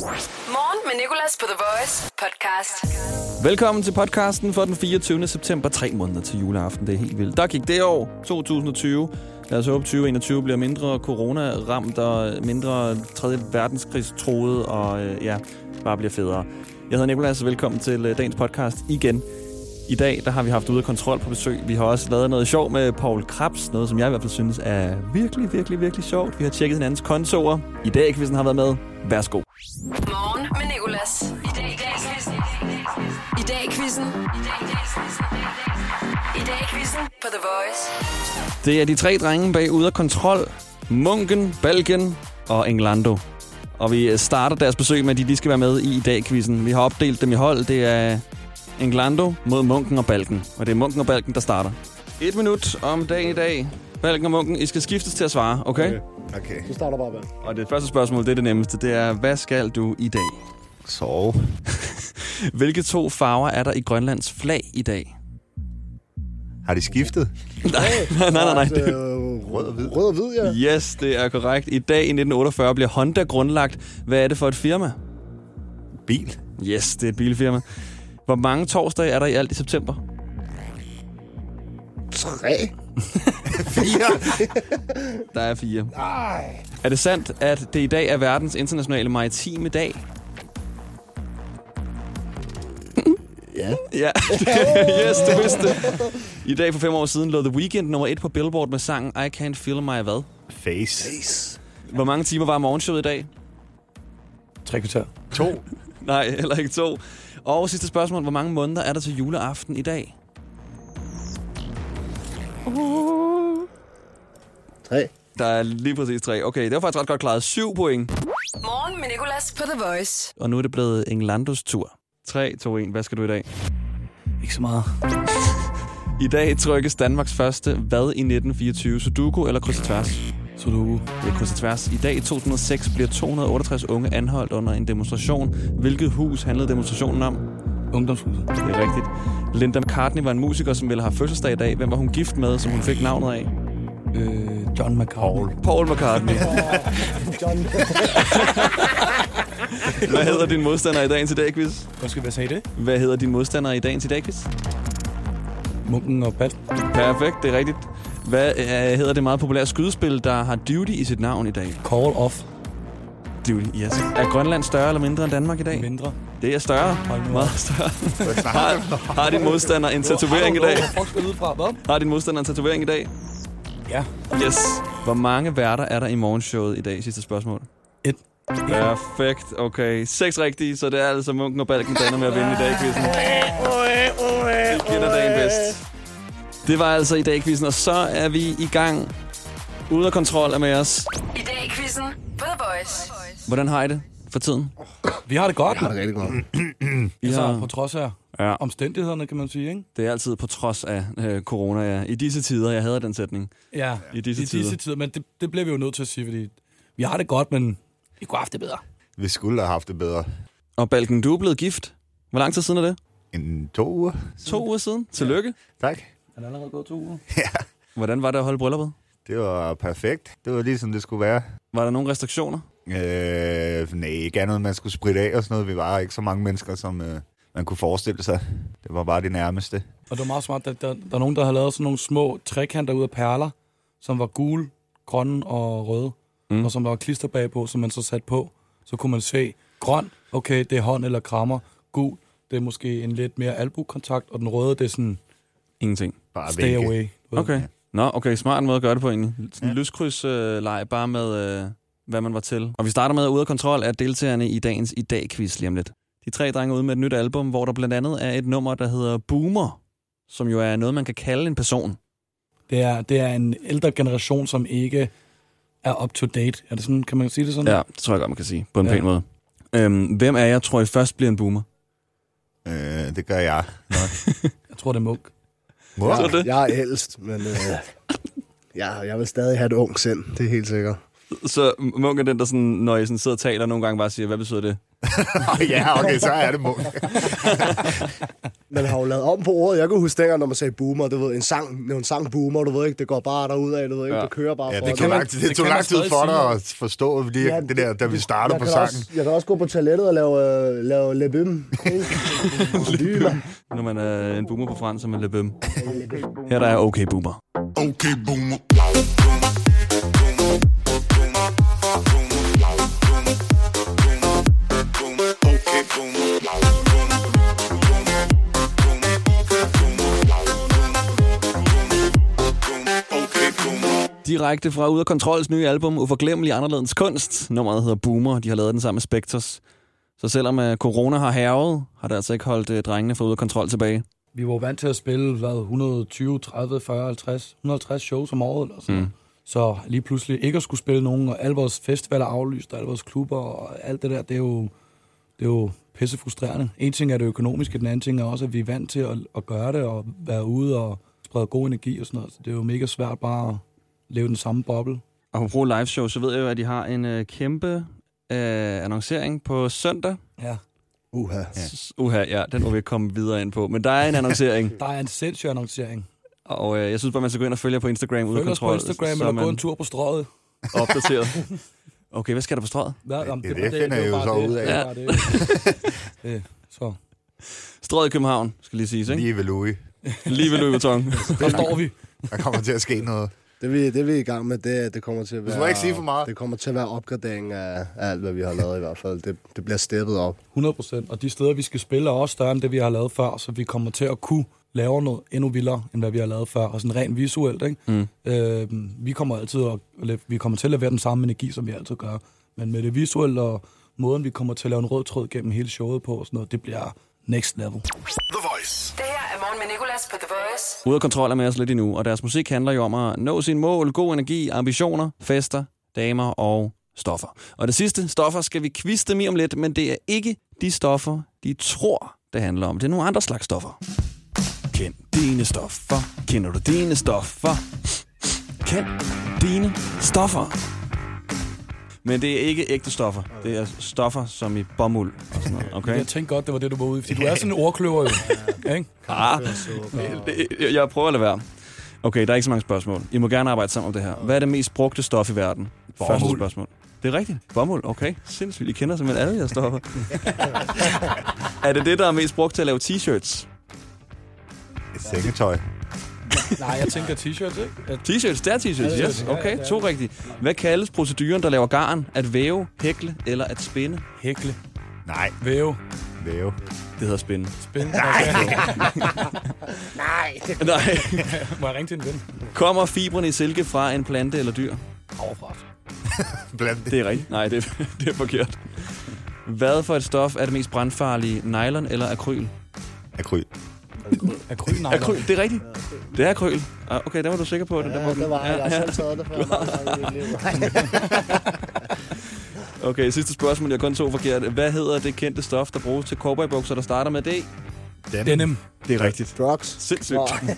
Morgen med Nicolas på The Voice podcast. Velkommen til podcasten for den 24. september, 3 måneder til juleaften. Det er helt vildt. Der gik det år, 2020. Lad os håbe, 2021 bliver mindre corona-ramt og mindre 3. verdenskrigstroet og bare bliver federe. Jeg hedder Nicolas, og velkommen til dagens podcast igen. I dag der har vi haft Ude af Kontrol på besøg. Vi har også lavet noget sjov med Paul Krebs, noget som jeg i hvert fald synes er virkelig sjovt. Vi har tjekket hinandens kontoer. I dag quizzen har været med. Værsgo. Morgen med Nicolas. I dag quizzen på The Voice. Det er de 3 drenge bag Ude af Kontrol. Munken, Balken og Englando. Og vi starter deres besøg med, at de skal være med i dag-quizzen. Vi har opdelt dem i hold. Det er Englando mod Munken og Balken. Og det er Munken og Balken, der starter. 1 minut om dagen i dag. Balken og Munken, I skal skiftes til at svare, okay? Okay. Du starter bare, Ben. Og det første spørgsmål, det er det nemmeste. Det er, hvad skal du i dag? Sove. Hvilke 2 farver er der i Grønlands flag i dag? Har de skiftet? Nej. Rød og hvid. Rød og hvid, ja. Yes, det er korrekt. I dag i 1948 bliver Honda grundlagt. Hvad er det for et firma? Bil. Yes, det er et bilfirma. Hvor mange torsdage er der i alt i september? 3. 4. Der er 4. Nej. Er det sandt, at det i dag er verdens internationale maritime dag? Ja. Ja, yes, du vidste det. I dag for 5 år siden lå The Weeknd nummer 1 på Billboard med sangen I Can't Feel My hvad? Face. Hvor mange timer var morgenshowet i dag? 3 kvarter. 2. Nej, heller ikke 2. Og sidste spørgsmål. Hvor mange måneder er der til juleaften i dag? 3. Der er lige præcis 3. Okay, det var faktisk ret godt klaret. 7 point. Morgen med Nicolas på The Voice. Og nu er det blevet Englandos tur. 3, 2, 1. Hvad skal du i dag? Ikke så meget. I dag trykkes Danmarks første hvad i 1924? Sudoku eller kryds og tværs? Sudoku. Det er kryds og tværs. I dag i 2006 bliver 268 unge anholdt under en demonstration. Hvilket hus handlede demonstrationen om? Ungdomshuset. Det er rigtigt. Linda McCartney var en musiker, som ville have fødselsdag i dag. Hvem var hun gift med, som hun fik navnet af? John McCartney. Paul McCartney. John. Hvad hedder din modstander i dagens i dag, quiz? Hvad skal vi sige det? Hvad hedder din modstander i dagens i dag, quiz? Munken og Balken. Perfekt, det er rigtigt. Hvad hedder det meget populære skydespil, der har Duty i sit navn i dag? Call off. Duty, yes. Er Grønland større eller mindre end Danmark i dag? Mindre. Det er større. Meget større. Har din modstander en tatovering i dag? Hvor skal ud fra, hvad? Har din modstander en tatovering i dag? Ja. Yes. Hvor mange værter er der i morgenshowet i dag? Sidste spørgsmål. 1. Perfekt. Okay. 6 rigtige, så det er altså Munken og Balken, der ender med at vinde i dag, quizzen. Det kender dagen bedst. Det var altså i dag, quizzen, og så er vi i gang. Ude af Kontrol er med os. I dag quizzen på The Voice. Hvordan har I det for tiden? Vi har det godt. Det er rigtig godt. Altså, på trods af Ja. omstændighederne, kan man sige, ikke? Det er altid på trods af corona, ja. I disse tider, jeg hader den sætning. Ja, I disse tider. Men det bliver vi jo nødt til at sige, fordi vi har det godt, men vi kunne have haft det bedre. Vi skulle have haft det bedre. Og Balken, du er blevet gift. Hvor lang tid siden er det? 2 uger. 2 uger siden. Tillykke. Tak. Er det allerede gået 2 uger? Ja, Hvordan var det at holde brylluppet? det var perfekt. Det var lige som det skulle være. Var der nogle restriktioner? Nej, ikke andet, man skulle spritte af og sådan noget. Vi var ikke så mange mennesker, som man kunne forestille sig. Det var bare det nærmeste. Og det var meget smart, at der er nogen, der har lavet sådan nogle små trekanter ud af perler, som var gule, grønne og røde, og som der var klister bagpå, som man så satte på. Så kunne man se grøn, okay, det er hånd eller krammer. Gul, det er måske en lidt mere albukontakt, og den røde, det er sådan Ingenting. Bare stay vinke. away. Okay. Nå, okay, smart måde at gøre det på egentlig. Sådan en lyskryds-leg, bare med, hvad man var til. Og vi starter med at Ude af Kontrol af deltagerne i dagens i dag-quiz lige om lidt. De 3 drenge er ude med et nyt album, hvor der blandt andet er et nummer, der hedder Boomer, som jo er noget, man kan kalde en person. Det er en ældre generation, som ikke er up to date. Er det sådan, kan man sige det sådan? Ja, det tror jeg godt, man kan sige, på en pæn måde. Hvem af jer tror I først bliver en boomer? Det gør jeg. Jeg tror, det er Munk. Jeg er ældst, men jeg vil stadig have et ung sind, det er helt sikkert. Så Munk er den, der sådan, når I sådan sidder og taler, nogle gange bare siger, hvad betyder det? Ja, okay, så er det mål. Man har jo lavet om på ordet. Jeg kan huske dengang, når man sagde boomer, du ved, en sang boomer, du ved ikke, det går bare derudad, du ved ikke, det kører bare for. Det tog lang tid for dig at forstå det der, da vi startede på sangen. Jeg kan også gå på toilettet og lave le bum. Når man er en boomer på fransk, så er man le bum. Her der er okay boomer. Okay, boomer. Direkte fra Ude af Kontrols nye album, Uforglemmelig Anderledens Kunst. Nummeret hedder Boomer, de har lavet den sammen med Spectres. Så selvom corona har hærget, har det altså ikke holdt drengene fra Ude af Kontrol tilbage. Vi var vant til at spille 120, 30, 40, 50, 150 shows om året. Eller sådan. Så lige pludselig ikke at skulle spille nogen, og alle vores festivaler aflyst, og alle vores klubber og alt det der, det er jo pisse frustrerende. En ting er det økonomiske, den anden ting er også, at vi er vant til at gøre det, og være ude og sprede god energi og sådan noget. Så det er jo mega svært bare at leve den samme boble. Og på brug live show, så ved jeg jo, at de har en kæmpe annoncering på søndag. Ja. Ja, den må vi ikke komme videre ind på. Men der er en annoncering. Der er en sindssyg annoncering. Og jeg synes bare, man skal gå ind og følge på Instagram. Følg os på Instagram, eller gå en tur på strøget. Opdateret. Okay, hvad skal der på strøget? Det finder jeg jo så ud af. Ja. Så. Strøget i København, skal lige siges, ikke? Lige ved Louis. Lige ved Louis Vuitton. Der står vi. Der kommer til at ske noget. Det vi er i gang med, det kommer til at være... Du må ikke sige for meget. Det kommer til at være opgradering af alt, hvad vi har lavet i hvert fald. Det bliver steppet op. 100%. Og de steder, vi skal spille, er også større end det, vi har lavet før, så vi kommer til at kunne lave noget endnu vildere, end hvad vi har lavet før. Og sådan rent visuelt, ikke? Vi kommer til at levere den samme energi, som vi altid gør. Men med det visuelle og måden, vi kommer til at lave en rød tråd gennem hele showet på, og sådan noget, det bliver next level. The Voice. Det her er Morgen med Nicolas på The Voice. Ude af Kontrol er med os lidt endnu, og deres musik handler jo om at nå sine mål, god energi, ambitioner, fester, damer og stoffer. Og det sidste, stoffer, skal vi quizze dem i om lidt, men det er ikke de stoffer, de tror, det handler om. Det er nogle andre slags stoffer. Kend dine stoffer. Kender du dine stoffer? Kend dine stoffer. Men det er ikke ægte stoffer. Det er stoffer som i bomuld og sådan noget. Okay? Jeg tænkte godt, det var det, du var ude i, fordi du er sådan en ordkløver jo. Ikke? Jeg prøver at lade være. Okay, der er ikke så mange spørgsmål. I må gerne arbejde sammen om det her. Hvad er det mest brugte stof i verden? Bomuld. Første spørgsmål. Det er rigtigt. Bomuld, okay. Sindssygt, I kender simpelthen alle de her stoffer. Er det det, der er mest brugt til at lave t-shirts? Sengetøj. Nej, jeg tænker t-shirts, ikke? T-shirts, det er t-shirts, yes. Okay, to rigtigt. Hvad kaldes proceduren, der laver garn? At væve, hækle eller at spænde? Hækle. Nej. Væve. Væve. Det hedder spænde. Spænde. Nej. Nej. Må jeg ringe til en ven? Kommer fibrene i silke fra en plante eller dyr? Overfra. Blandt Det er rigtigt. Nej, det er forkert. Hvad for et stof er det mest brandfarlige? Nylon eller akryl? akryl. Akryl, nej. Akryl, det er rigtigt. Det er akryl. Okay, der var du sikker på det. Ja, det var jeg. Jeg har selv taget det før. Okay, sidste spørgsmål. Jeg har kun to forkert. Hvad hedder det kendte stof, der bruges til cowboybukser, der starter med D? Denim. Det er rigtigt. Drugs. Sindssygt.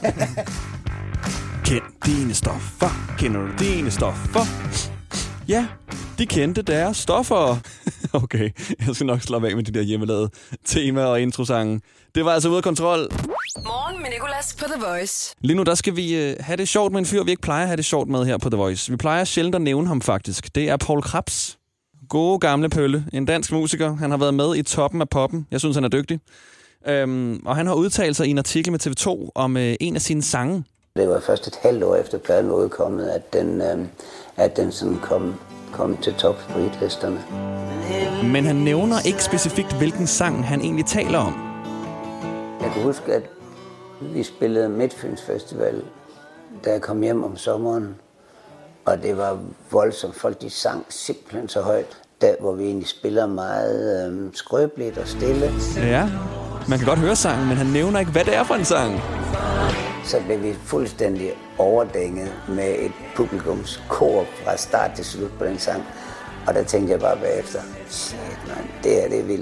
Kend dine stoffer. Kender du dine stoffer? Ja, de kendte deres stoffer. Okay, jeg skal nok slappe af med de der hjemmelavede tema- og introsange. Det var altså Ude af Kontrol. Morgen med Nicolas på The Voice. Lige nu, der skal vi have det sjovt med en fyr, vi ikke plejer at have det sjovt med her på The Voice. Vi plejer sjældent at nævne ham faktisk. Det er Poul Krebs. Gode gamle pølle. En dansk musiker. Han har været med i toppen af poppen. Jeg synes, han er dygtig. Og han har udtalt sig i en artikel med TV2 om en af sine sange. Det var først et halvt år efter pladen var udkommet, at den sådan kom til top på hitlisterne. Men han nævner ikke specifikt, hvilken sang han egentlig taler om. Jeg kan huske, at vi spillede Midtfyns Festival, da jeg kom hjem om sommeren. Og det var voldsomt. Folk de sang simpelthen så højt. Der, hvor vi egentlig spiller meget skrøbeligt og stille. Ja, man kan godt høre sangen, men han nævner ikke, hvad det er for en sang. Så blev vi fuldstændig overdænget med et publikumskor fra start til slut på den sang. Og der tænkte jeg bare bagefter, shit man, det er vildt.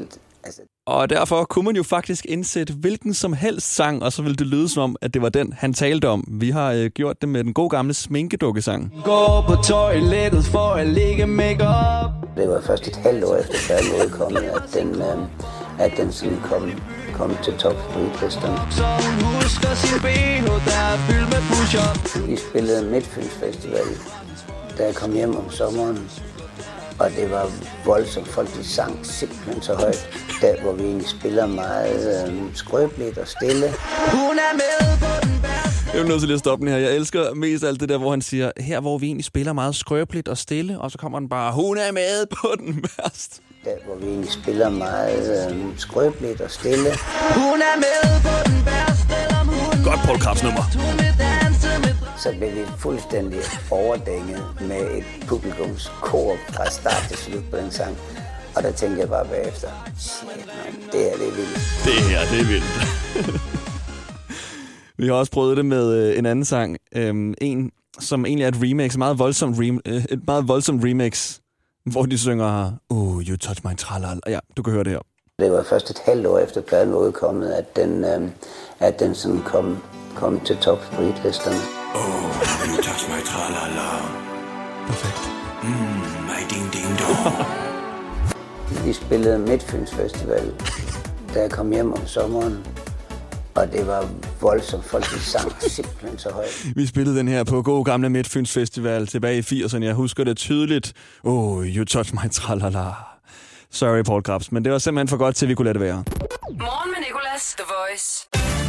Altså, Og derfor kunne man jo faktisk indsætte hvilken som helst sang, og så ville det lyde som om, at det var den, han talte om. Vi har gjort det med den gode gamle sminkedukkesang. Gå på toilettet for at lægge make-up. det var først et halvt år efter, før den udkom, at den sådan kom til top street-listerne. Så hun husker sin BH, der er fyldt med push-up. Vi spillede Midtfyns Festival, da jeg kom hjem om sommeren. Og det var voldsomt. Folk de sang simpelthen så højt. Der hvor vi egentlig spiller meget skrøbeligt og stille. Hun er med på den værste. Jeg er nødt til lige at stoppe den her. Jeg elsker mest alt det der, hvor han siger, her hvor vi egentlig spiller meget skrøbeligt og stille, og så kommer den bare, hun er med på den værste. Der hvor vi egentlig spiller meget skrøbeligt og stille. Hun er med på den værste. Godt Poul Krebs nummer. Så blev vi fuldstændig overdænget med et publikumskor fra start til slut på den sang. Og der tænkte jeg bare bagefter, shit, man, det her det er vildt. Det her, det er vildt. Vi har også prøvet det med en anden sang. En, som egentlig er et remix, et meget voldsomt remix, hvor de synger, you touch my tralala. Ja, du kan høre det her. Det var først et halvt år efter pladen var udkommet, at den sådan kom til top street-listerne. You touch my tralala. Perfekt. My ding ding dong. Vi spillede Midtfyns Festival, da jeg kom hjem om sommeren. Og det var voldsomt. Folk de sang simpelthen så højt. Vi spillede den her på god gamle Midtfyns Festival tilbage i 80'erne. Jeg husker det tydeligt. You touch my tralala. Sorry, Poul Krebs, men det var simpelthen for godt til, at vi kunne lade det være. Morgen med Nicolas, The Voice.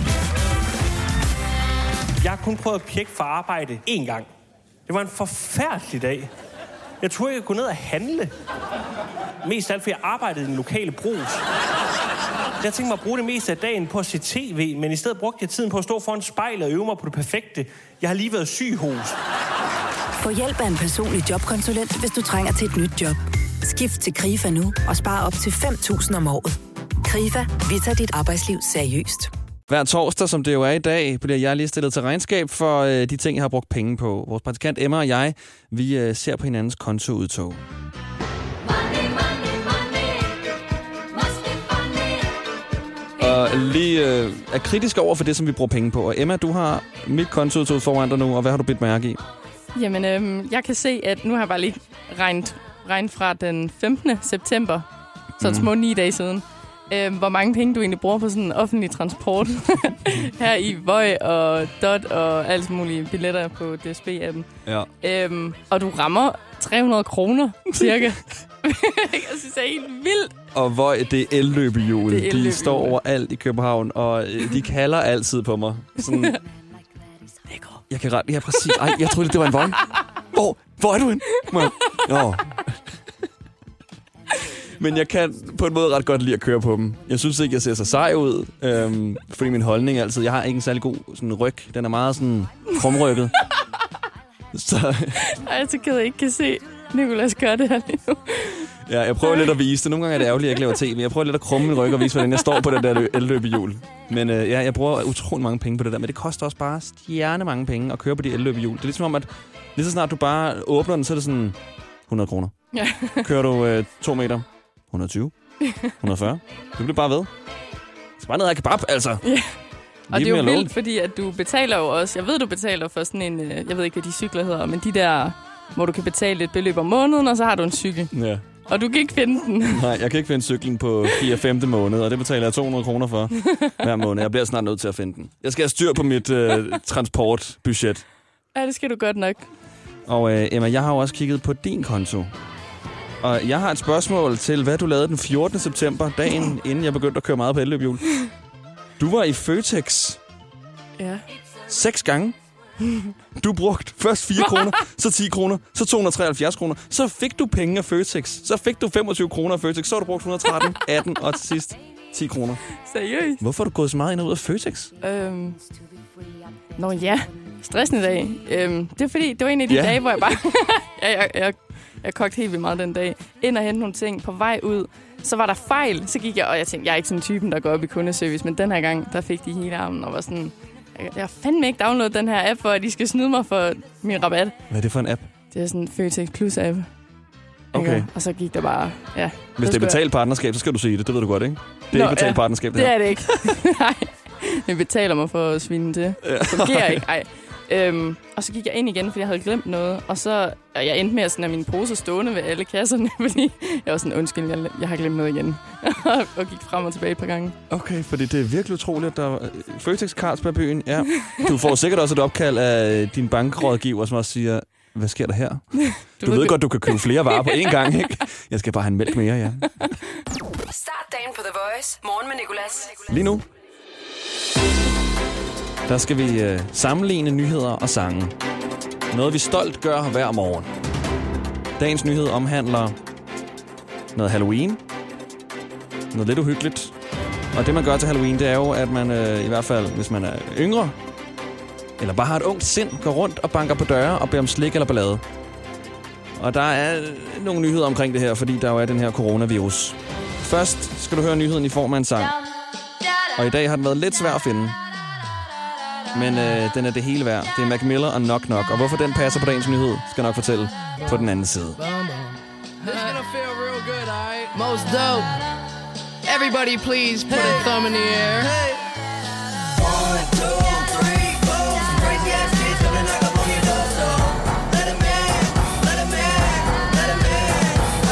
Jeg har kun prøvet at pjekke for arbejde én gang. Det var en forfærdelig dag. Jeg turde ikke gå ned og handle. Mest af alt, fordi jeg arbejdede i den lokale brus. Jeg tænkte mig at bruge det meste af dagen på at se tv, men i stedet brugte jeg tiden på at stå foran spejlet og øve mig på det perfekte. Jeg har lige været syg hos. Få hjælp af en personlig jobkonsulent, hvis du trænger til et nyt job. Skift til KRIFA nu og spar op til 5.000 om året. KRIFA, vi tager dit arbejdsliv seriøst. Hver torsdag, som det jo er i dag, bliver jeg lige stillet til regnskab for de ting, jeg har brugt penge på. Vores praktikant Emma og jeg, vi ser på hinandens kontoudtog. Og lige er kritisk over for det, som vi bruger penge på. Og Emma, du har mit kontoudtog foran dig nu, og hvad har du bidt mærke i? Jamen, jeg kan se, at nu har jeg bare lige regnet fra den 15. september, så små 9 dage siden, hvor mange penge du egentlig bruger på sådan en offentlig transport her i Voi og Dot og alt mulige billetter på DSB-appen. Ja. Og du rammer 300 kroner, cirka. Jeg synes, det er helt vildt. Og Voi, det er elløbehjul. De står overalt i København, og de kalder altid på mig. Sådan, jeg kan ret. Ja, præcis. Ej, jeg troede, det var en Voi. Hvor er du henne? Men jeg kan på en måde ret godt lide at køre på dem. Jeg synes ikke, jeg ser så sej ud, fordi min holdning altid, jeg har ikke en særlig god sådan, ryg. Den er meget sådan krumrykket. Så jeg så ked, jeg ikke kan se Nicolas gøre det her lige nu. Ja, jeg prøver lidt at vise det. Nogle gange er det ærgerligt, at jeg ikke laver tv. Jeg prøver lidt at krumme min ryg og vise, hvordan jeg står på den der elløbehjul. Men jeg bruger utrolig mange penge på det der. Men det koster også bare stjerne mange penge at køre på de elløbehjul. Det er ligesom om, at lige så snart du bare åbner den, så er det sådan 100 kroner. Ja. Kører du 2 meter, 120, 140. Du bliver bare ved. Så bare ned ad kebab, altså. Ja. Og det er jo vildt, fordi at du betaler jo også... Jeg ved, du betaler for sådan en... Jeg ved ikke, hvad de cykler hedder, men de der, hvor du kan betale et beløb om måneden, og så har du en cykel. Ja. Og du kan ikke finde den. Nej, jeg kan ikke finde cyklen på 4-5. måned, og det betaler jeg 200 kroner for hver måned. Jeg bliver snart nødt til at finde den. Jeg skal have styr på mit transportbudget. Ja, det skal du godt nok. Og Emma, jeg har jo også kigget på din konto. Og jeg har et spørgsmål til, hvad du lavede den 14. september, dagen inden jeg begyndte at køre meget på elløbehjul. Du var i Føtex. Ja. 6 gange. Du brugte først 4 kroner, så 10 kroner, så 273 kroner. Så fik du penge af Føtex. Så fik du 25 kroner af Føtex. Så har du brugt 113, 18 og til sidst 10 kroner. Seriøst? Hvorfor har du gået så meget ind og ud af Føtex? Nå ja, stressen i dag. Det er fordi, det var en af de dage, hvor jeg bare... jeg kogte helt vildt meget den dag. Ind og hente nogle ting på vej ud. Så var der fejl. Så gik jeg, og jeg tænkte, jeg er ikke sådan typen, der går op i kundeservice. Men den her gang, der fik de hele armen og var sådan... Jeg har fandme ikke downloadet den her app, for at de skal snyde mig for min rabat. Hvad er det for en app? Det er sådan en Føtex Plus-app. Okay. Og så gik der bare... Ja, hvis det er betalt partnerskab, så skal du sige det. Det ved du godt, ikke? Det er ikke betalt partnerskab, det er det ikke. Nej, jeg betaler mig for at svine til. Det fungerer ikke. Ej. Og så gik jeg ind igen, fordi jeg havde glemt noget. Og jeg endte med at sådan have mine poser stående ved alle kasserne, fordi jeg var sådan, undskyld, jeg har glemt noget igen. Og gik frem og tilbage et par gange. Okay, fordi det er virkelig utroligt, at der Føtex Carlsbergbyen, ja. Du får sikkert også et opkald af din bankrådgiver, som også siger, hvad sker der her? Du ved godt, du kan købe flere varer på én gang, ikke? Jeg skal bare have en mælk mere, ja. Start dagen på The Voice. Morgen med Nicolas. Lige nu, der skal vi sammenligne nyheder og sange. Noget, vi stolt gør hver morgen. Dagens nyhed omhandler noget Halloween. Noget lidt uhyggeligt. Og det, man gør til Halloween, det er jo, at man i hvert fald, hvis man er yngre, eller bare har et ungt sind, går rundt og banker på døre og beder om slik eller ballade. Og der er nogle nyheder omkring det her, fordi der jo er den her coronavirus. Først skal du høre nyheden i form af en sang. Og i dag har den været lidt svær at finde. Men den er det hele værd. Det er Mac Miller og Knock Knock. Og hvorfor den passer på dagens nyhed, skal jeg nok fortælle på den anden side. Most dope. Everybody please put a thumb in the air. 1, 2, 3, 4. Crazy ass kids gonna knock up on your door, so let 'em in, let 'em in, let 'em in.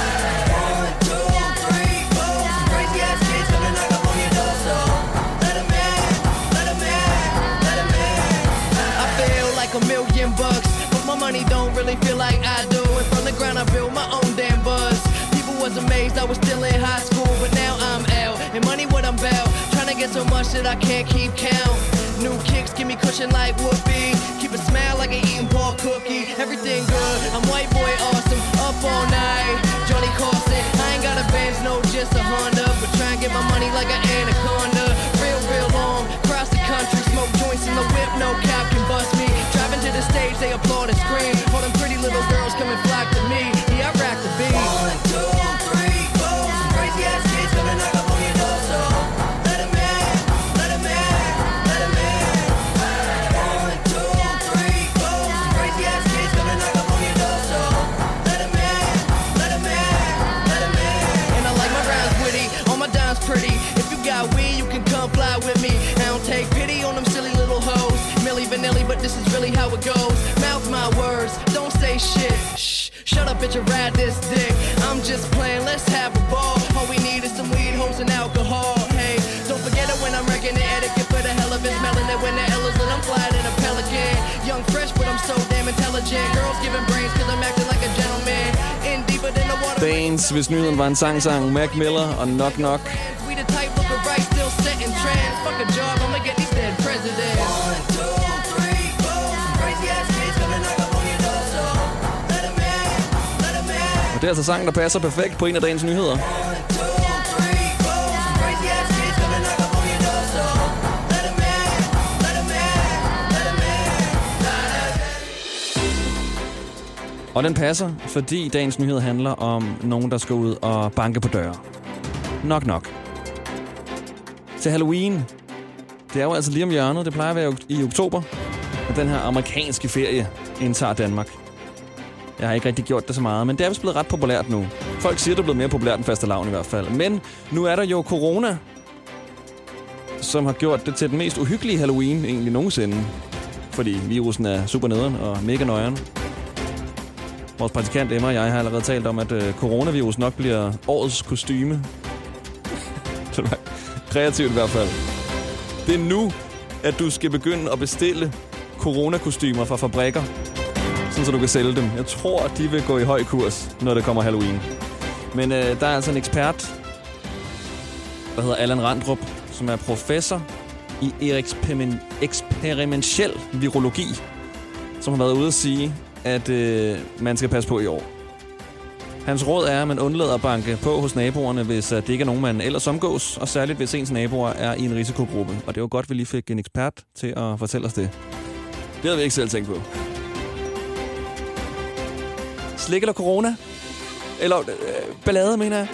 1, 2, 3, 4. Crazy ass kids gonna knock up on your door, so let 'em in, let 'em in, let 'em in. I feel like $1,000,000, but my money don't really feel like I do. And from the ground I built my own damn buzz. Was amazed I was still in high school, but now I'm out. And money what I'm about, trying to get so much that I can't keep count. New kicks give me cushion like whoopee. Keep a smile like an eating pork cookie. Everything good, I'm white boy awesome. Up all night, Johnny Carson. I ain't got a Benz, no, just a Honda. But try and get my money like an anaconda. Real long, cross the country. Smoke joints in the whip, no cop can bust me. Driving to the stage, they applaud and scream. All them pretty little girls come and flock to me. Yeah, I rock the beat. 1, 2, 3, 4. Crazy ass kids gonna knock up on your door, so let 'em in, let 'em in, let 'em in. 1, 2, 3, 4. Crazy ass kids gonna knock up on your door, so let 'em in, let 'em in, let 'em in. And I like my rhymes witty, all my dimes pretty. If you got weed, you can come fly with me. I don't take pity on them silly little hoes. Milli Vanilli, but this is really how it goes. Mouth my words, don't say shit. Shh. Shut up, bitch, and ride this dick. I'm just playing, let's have a ball. All we need is some weed, hoes, and alcohol. Hey, don't forget it when I'm wrecking the etiquette for the hell of it. Smelling it when the hell is lit, I'm flying in a Pelican. Young, fresh, but I'm so damn intelligent. Girls giving brains, cause I'm acting like a gentleman. In deeper than the water. Dagens, hvis nyheden var en sang, Mac Miller og Knock Knock. We the type looking right, still setting trends. Fuck a job, I'ma get these dead presidents. 1, 2, 3, 4. Crazy ass kids gonna knock up on your door, so let 'em in, let 'em in. Og det er altså sangen, der passer perfekt på en af dagens nyheder. 1, 2, 3, 4. Crazy ass kids gonna knock up on your door, so let 'em in, let 'em in, let 'em in. Og den passer, fordi dagens nyhed handler om nogen, der skal ud og banke på døre. Knock knock. Til Halloween. Det er jo altså lige om hjørnet. Det plejer at være i oktober. Og den her amerikanske ferie indtager Danmark. Jeg har ikke rigtig gjort det så meget, men det er vist blevet ret populært nu. Folk siger, det er blevet mere populært end fastelavn i hvert fald. Men nu er der jo corona, som har gjort det til den mest uhyggelige Halloween egentlig nogensinde. Fordi virusen er super nederen og mega nøjeren. Vores praktikant Emma og jeg har allerede talt om, at coronavirus nok bliver årets kostyme. Så det var kreativt i hvert fald. Det er nu, at du skal begynde at bestille coronakostymer fra fabrikker, sådan så du kan sælge dem. Jeg tror, de vil gå i høj kurs, når det kommer Halloween. Men der er altså en ekspert, der hedder Allan Randrup, som er professor i eksperimentel virologi, som har været ude at sige, at man skal passe på i år. Hans råd er, at man undlader at banke på hos naboerne, hvis det ikke er nogen, man ellers omgås, og særligt hvis ens naboer er i en risikogruppe. Og det var godt, at vi lige fik en ekspert til at fortælle os det. Det havde vi ikke selv tænkt på. Slik eller corona? Eller ballade, mener jeg?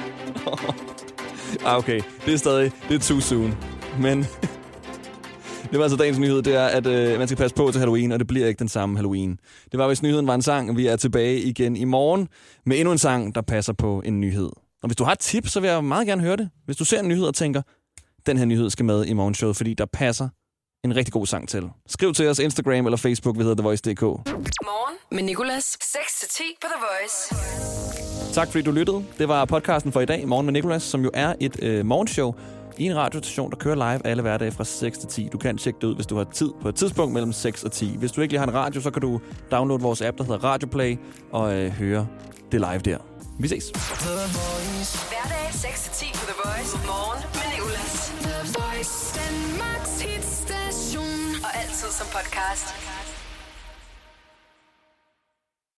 Okay, det er stadig too soon. Men Det var altså dagens nyhed, det er, at man skal passe på til Halloween, og det bliver ikke den samme Halloween. Det var, hvis nyheden var en sang. Vi er tilbage igen i morgen med endnu en sang, der passer på en nyhed. Og hvis du har et tip, så vil jeg meget gerne høre det. Hvis du ser en nyhed og tænker, den her nyhed skal med i morgenshowet, fordi der passer en rigtig god sang til. Skriv til os Instagram eller Facebook, vi hedder TheVoice.dk. Morgen med Nicolas. 6-10 på The Voice. Tak fordi du lyttede. Det var podcasten for i dag, Morgen med Nicolas, som jo er et morgenshow i en radiostation, der kører live alle hverdage fra 6 til 10. Du kan tjekke det ud, hvis du har tid på et tidspunkt mellem 6 og 10. Hvis du ikke lige har en radio, så kan du downloade vores app, der hedder Radioplay, og høre det live der. Vi ses. Hverdag 6-10 på The Voice. Morgen med Nicolas. The Voice. Danmarks hitstation. Og altid som podcast.